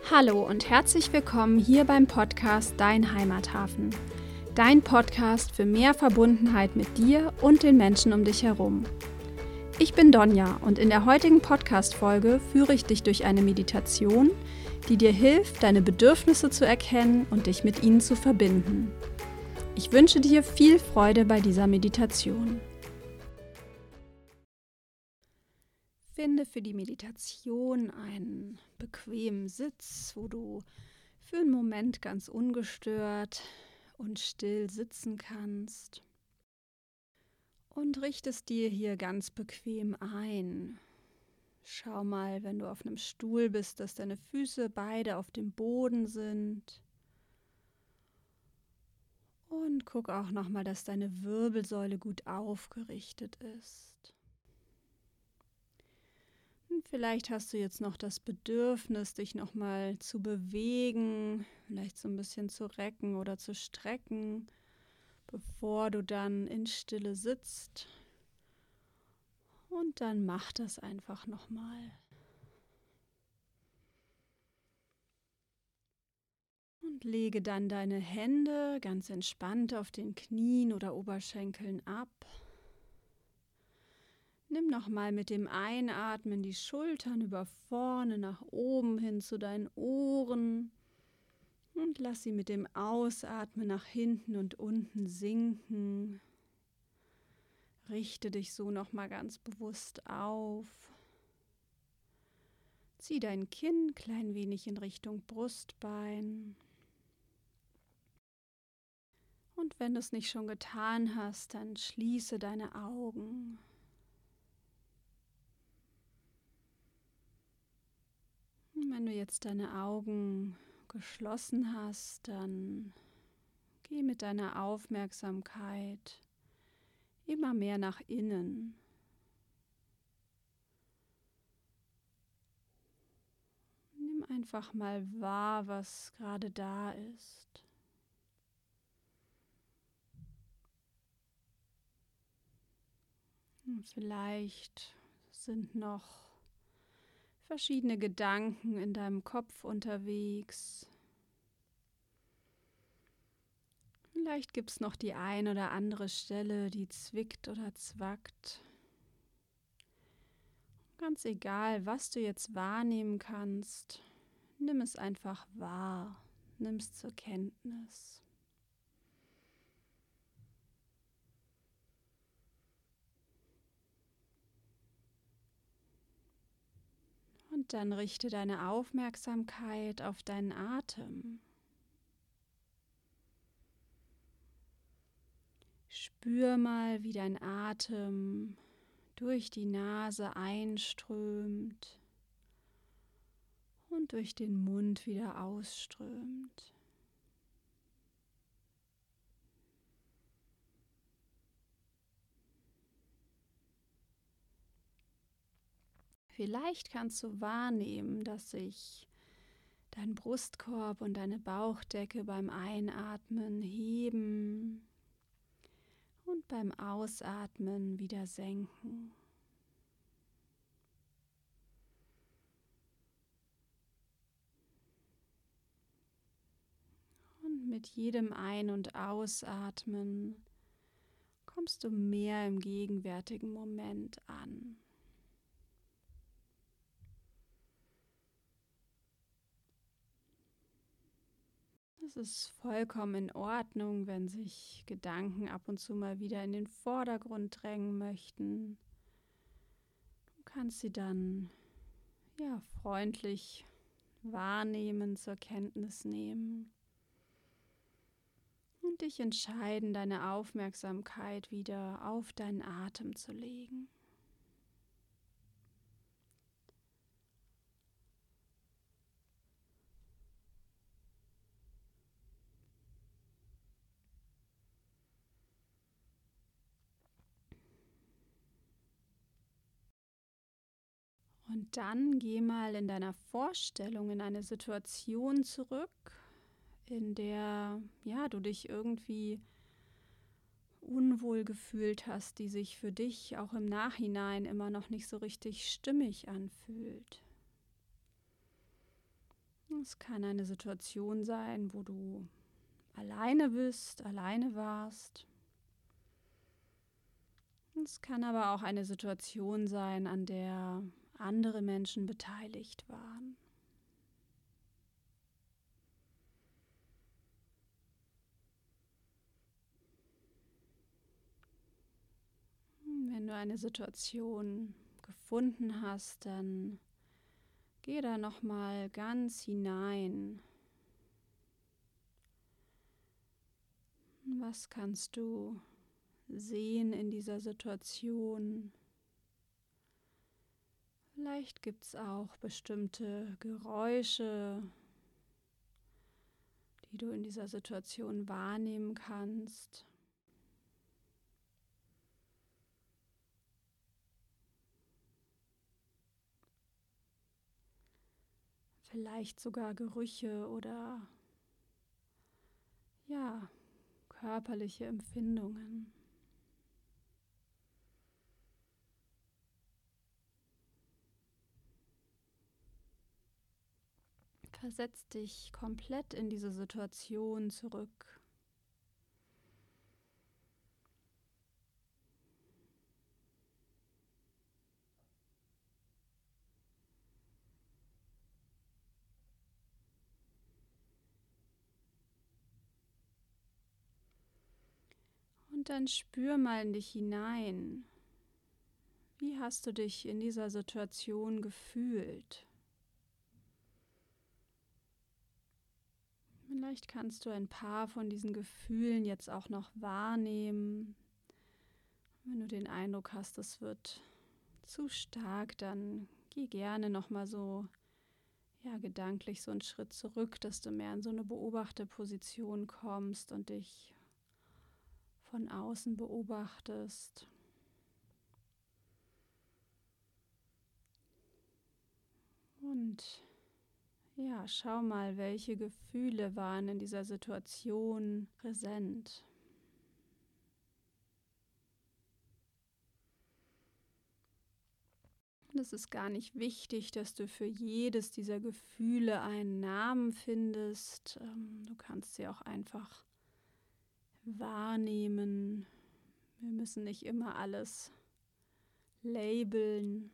Hallo und herzlich willkommen hier beim Podcast Dein Heimathafen. Dein Podcast für mehr Verbundenheit mit dir und den Menschen um dich herum. Ich bin Donja und in der heutigen Podcast-Folge führe ich dich durch eine Meditation, die dir hilft, deine Bedürfnisse zu erkennen und dich mit ihnen zu verbinden. Ich wünsche dir viel Freude bei dieser Meditation. Finde für die Meditation einen bequemen Sitz, wo du für einen Moment ganz ungestört und still sitzen kannst. Und richtest dir hier ganz bequem ein. Schau mal, wenn du auf einem Stuhl bist, dass deine Füße beide auf dem Boden sind. Und guck auch nochmal, dass deine Wirbelsäule gut aufgerichtet ist. Und vielleicht hast du jetzt noch das Bedürfnis, dich nochmal zu bewegen, vielleicht so ein bisschen zu recken oder zu strecken, bevor du dann in Stille sitzt. Und dann mach das einfach nochmal. Und lege dann deine Hände ganz entspannt auf den Knien oder Oberschenkeln ab. Nimm nochmal mit dem Einatmen die Schultern über vorne nach oben hin zu deinen Ohren und lass sie mit dem Ausatmen nach hinten und unten sinken. Richte dich so nochmal ganz bewusst auf. Zieh dein Kinn klein wenig in Richtung Brustbein. Und wenn du es nicht schon getan hast, dann schließe deine Augen. Und wenn du jetzt deine Augen geschlossen hast, dann geh mit deiner Aufmerksamkeit immer mehr nach innen. Nimm einfach mal wahr, was gerade da ist. Und vielleicht sind noch verschiedene Gedanken in deinem Kopf unterwegs. Vielleicht gibt es noch die ein oder andere Stelle, die zwickt oder zwackt. Ganz egal, was du jetzt wahrnehmen kannst, nimm es einfach wahr, nimm es zur Kenntnis. Und dann richte deine Aufmerksamkeit auf deinen Atem. Spür mal, wie dein Atem durch die Nase einströmt und durch den Mund wieder ausströmt. Vielleicht kannst du wahrnehmen, dass sich dein Brustkorb und deine Bauchdecke beim Einatmen heben und beim Ausatmen wieder senken. Und mit jedem Ein- und Ausatmen kommst du mehr im gegenwärtigen Moment an. Es ist vollkommen in Ordnung, wenn sich Gedanken ab und zu mal wieder in den Vordergrund drängen möchten. Du kannst sie dann freundlich wahrnehmen, zur Kenntnis nehmen und dich entscheiden, deine Aufmerksamkeit wieder auf deinen Atem zu legen. Und dann geh mal in deiner Vorstellung in eine Situation zurück, in der du dich irgendwie unwohl gefühlt hast, die sich für dich auch im Nachhinein immer noch nicht so richtig stimmig anfühlt. Es kann eine Situation sein, wo du alleine bist, alleine warst. Es kann aber auch eine Situation sein, an der andere Menschen beteiligt waren. Wenn du eine Situation gefunden hast, dann geh da nochmal ganz hinein. Was kannst du sehen in dieser Situation? Vielleicht gibt es auch bestimmte Geräusche, die du in dieser Situation wahrnehmen kannst. Vielleicht sogar Gerüche oder ja, körperliche Empfindungen. Versetz dich komplett in diese Situation zurück. Und dann spür mal in dich hinein. Wie hast du dich in dieser Situation gefühlt? Vielleicht kannst du ein paar von diesen Gefühlen jetzt auch noch wahrnehmen. Wenn du den Eindruck hast, es wird zu stark, dann geh gerne nochmal so, ja, gedanklich so einen Schritt zurück, dass du mehr in so eine Beobachterposition kommst und dich von außen beobachtest. Und ja, schau mal, welche Gefühle waren in dieser Situation präsent. Und es ist gar nicht wichtig, dass du für jedes dieser Gefühle einen Namen findest. Du kannst sie auch einfach wahrnehmen. Wir müssen nicht immer alles labeln.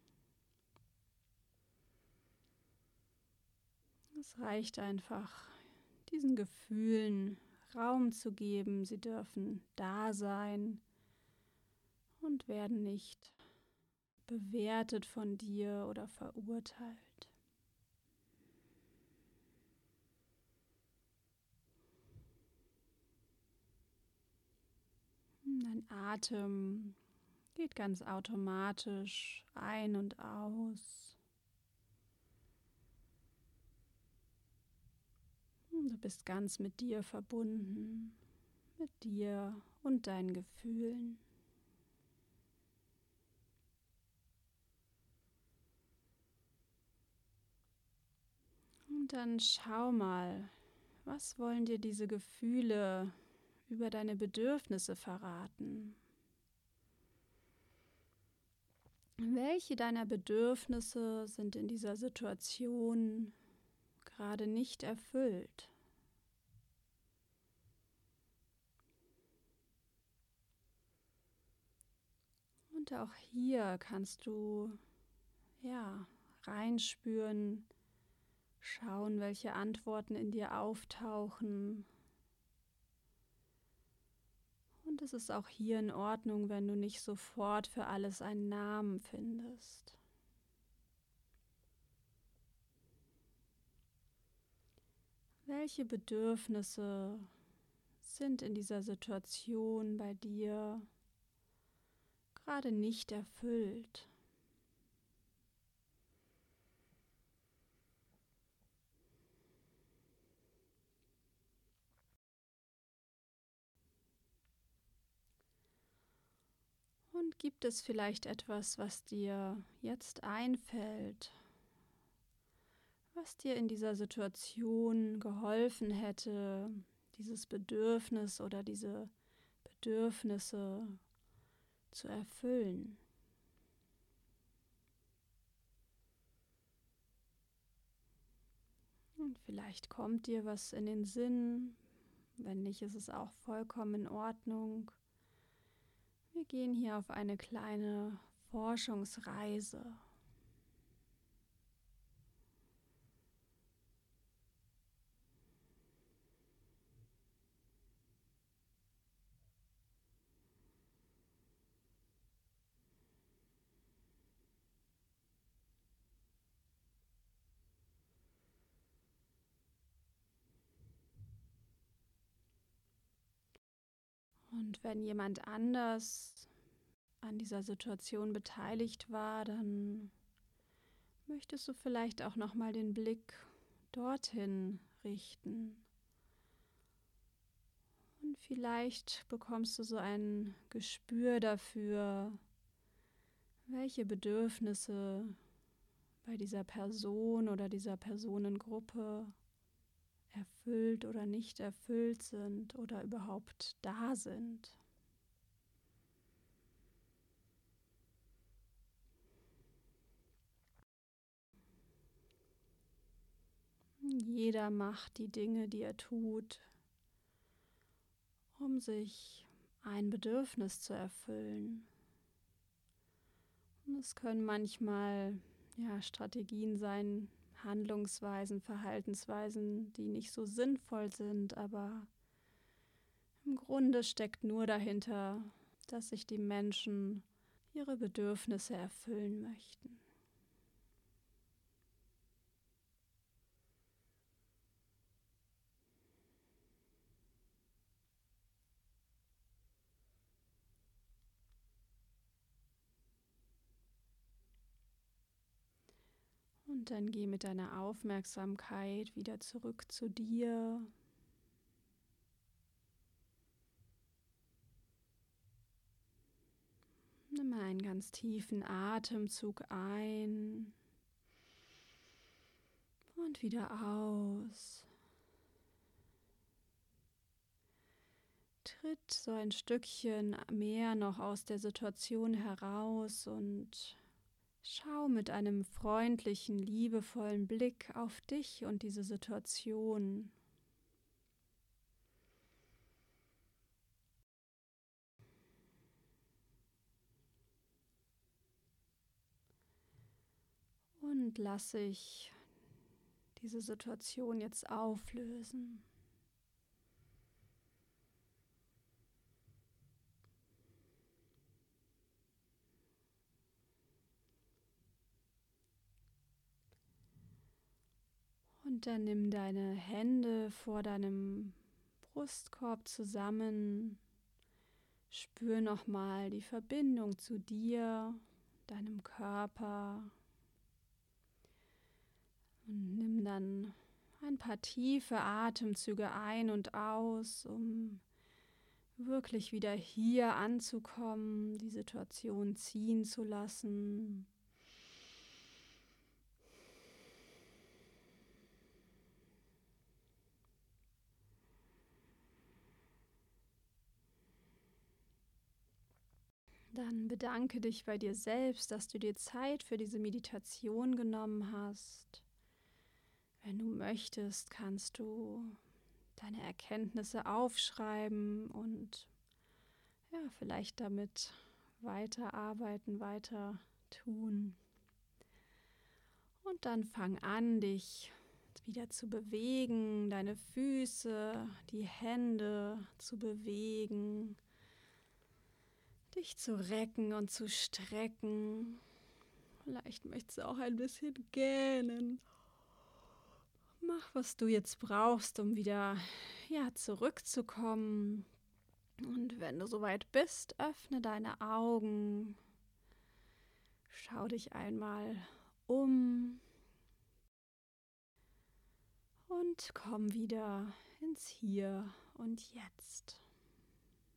Es reicht einfach, diesen Gefühlen Raum zu geben. Sie dürfen da sein und werden nicht bewertet von dir oder verurteilt. Dein Atem geht ganz automatisch ein und aus. Du bist ganz mit dir verbunden, mit dir und deinen Gefühlen. Und dann schau mal, was wollen dir diese Gefühle über deine Bedürfnisse verraten? Welche deiner Bedürfnisse sind in dieser Situation gerade nicht erfüllt? Und auch hier kannst du reinspüren, schauen, welche Antworten in dir auftauchen. Und es ist auch hier in Ordnung, wenn du nicht sofort für alles einen Namen findest. Welche Bedürfnisse sind in dieser Situation bei dir gerade nicht erfüllt? Und gibt es vielleicht etwas, was dir jetzt einfällt, was dir in dieser Situation geholfen hätte, dieses Bedürfnis oder diese Bedürfnisse zu erfüllen? Und vielleicht kommt dir was in den Sinn. Wenn nicht, ist es auch vollkommen in Ordnung. Wir gehen hier auf eine kleine Forschungsreise. Und wenn jemand anders an dieser Situation beteiligt war, dann möchtest du vielleicht auch noch mal den Blick dorthin richten. Und vielleicht bekommst du so ein Gespür dafür, welche Bedürfnisse bei dieser Person oder dieser Personengruppe erfüllt oder nicht erfüllt sind oder überhaupt da sind. Jeder macht die Dinge, die er tut, um sich ein Bedürfnis zu erfüllen. Und es können manchmal Strategien sein, Handlungsweisen, Verhaltensweisen, die nicht so sinnvoll sind, aber im Grunde steckt nur dahinter, dass sich die Menschen ihre Bedürfnisse erfüllen möchten. Und dann geh mit deiner Aufmerksamkeit wieder zurück zu dir. Nimm einen ganz tiefen Atemzug ein und wieder aus. Tritt so ein Stückchen mehr noch aus der Situation heraus und schau mit einem freundlichen, liebevollen Blick auf dich und diese Situation. Und lass sich diese Situation jetzt auflösen. Und dann nimm deine Hände vor deinem Brustkorb zusammen. Spür nochmal die Verbindung zu dir, deinem Körper. Und nimm dann ein paar tiefe Atemzüge ein und aus, um wirklich wieder hier anzukommen, die Situation ziehen zu lassen. Dann bedanke dich bei dir selbst, dass du dir Zeit für diese Meditation genommen hast. Wenn du möchtest, kannst du deine Erkenntnisse aufschreiben und vielleicht damit weiterarbeiten, weiter tun. Und dann fang an, dich wieder zu bewegen, deine Füße, die Hände zu bewegen, dich zu recken und zu strecken. Vielleicht möchtest du auch ein bisschen gähnen. Mach, was du jetzt brauchst, um wieder zurückzukommen. Und wenn du soweit bist, öffne deine Augen. Schau dich einmal um und komm wieder ins Hier und Jetzt.